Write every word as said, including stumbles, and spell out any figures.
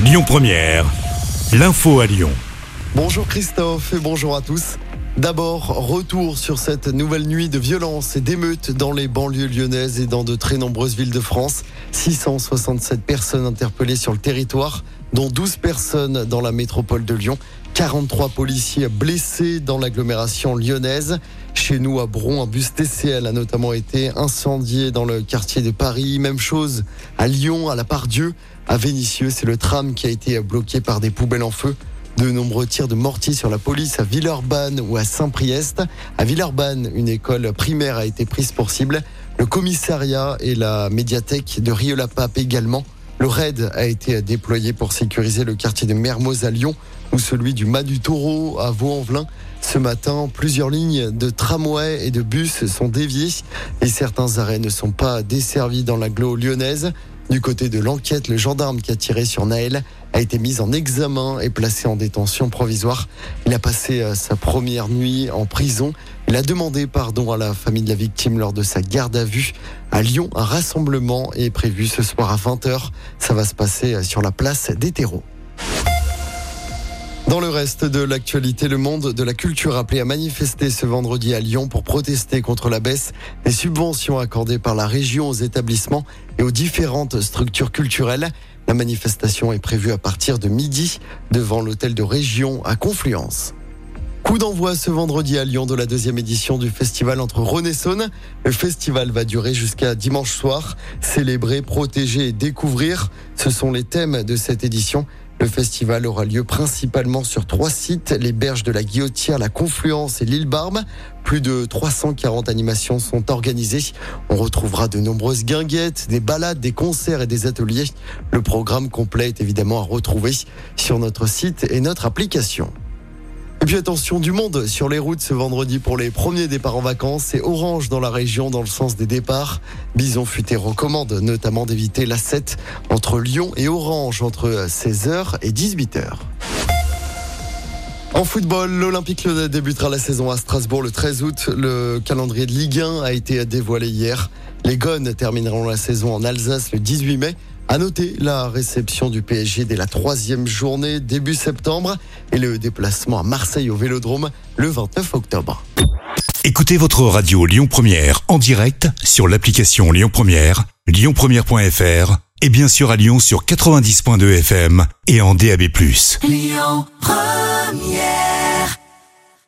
Lyon Première, l'info à Lyon. Bonjour Christophe et bonjour à tous. D'abord, retour sur cette nouvelle nuit de violence et d'émeutes dans les banlieues lyonnaises et dans de très nombreuses villes de France. six cent soixante-sept personnes interpellées sur le territoire, dont douze personnes dans la métropole de Lyon. quarante-trois policiers blessés dans l'agglomération lyonnaise. Chez nous, à Bron, un bus T C L a notamment été incendié dans le quartier de Paris. Même chose à Lyon, à la Part-Dieu, à Vénissieux. C'est le tram qui a été bloqué par des poubelles en feu. De nombreux tirs de mortier sur la police à Villeurbanne ou à Saint-Priest. À Villeurbanne, une école primaire a été prise pour cible. Le commissariat et la médiathèque de Rieux-la-Pape également. Le raid a été déployé pour sécuriser le quartier de Mermoz à Lyon ou celui du Mas du Taureau à Vaux-en-Velin. Ce matin, plusieurs lignes de tramway et de bus sont déviées et certains arrêts ne sont pas desservis dans l'agglo lyonnaise. Du côté de l'enquête, le gendarme qui a tiré sur Naël a été mis en examen et placé en détention provisoire. Il a passé sa première nuit en prison. Il a demandé pardon à la famille de la victime lors de sa garde à vue. À Lyon, un rassemblement est prévu ce soir à vingt heures. Ça va se passer sur la place des terreaux. Dans le reste de l'actualité, le monde de la culture appelé à manifester ce vendredi à Lyon pour protester contre la baisse des subventions accordées par la région aux établissements et aux différentes structures culturelles. La manifestation est prévue à partir de midi devant l'hôtel de région à Confluence. Coup d'envoi ce vendredi à Lyon de la deuxième édition du festival entre Rhône et Saône. Le festival va durer jusqu'à dimanche soir. Célébrer, protéger et découvrir, ce sont les thèmes de cette édition. Le festival aura lieu principalement sur trois sites, les berges de la Guillotière, la Confluence et l'île Barbe. Plus de trois cent quarante animations sont organisées. On retrouvera de nombreuses guinguettes, des balades, des concerts et des ateliers. Le programme complet est évidemment à retrouver sur notre site et notre application. Et puis attention, du monde sur les routes ce vendredi pour les premiers départs en vacances. C'est orange dans la région dans le sens des départs. Bison Futé recommande notamment d'éviter l'A sept entre Lyon et Orange entre seize heures et dix-huit heures. En football, l'Olympique Lyonnais débutera la saison à Strasbourg le treize août. Le calendrier de Ligue un a été dévoilé hier. Les Gones termineront la saison en Alsace le dix-huit mai. À noter la réception du P S G dès la troisième journée début septembre et le déplacement à Marseille au Vélodrome le vingt-neuf octobre. Écoutez votre radio Lyon Première en direct sur l'application Lyon Première, lyon première point f r et bien sûr à Lyon sur quatre-vingt-dix virgule deux F M et en D A B plus. Lyon Première.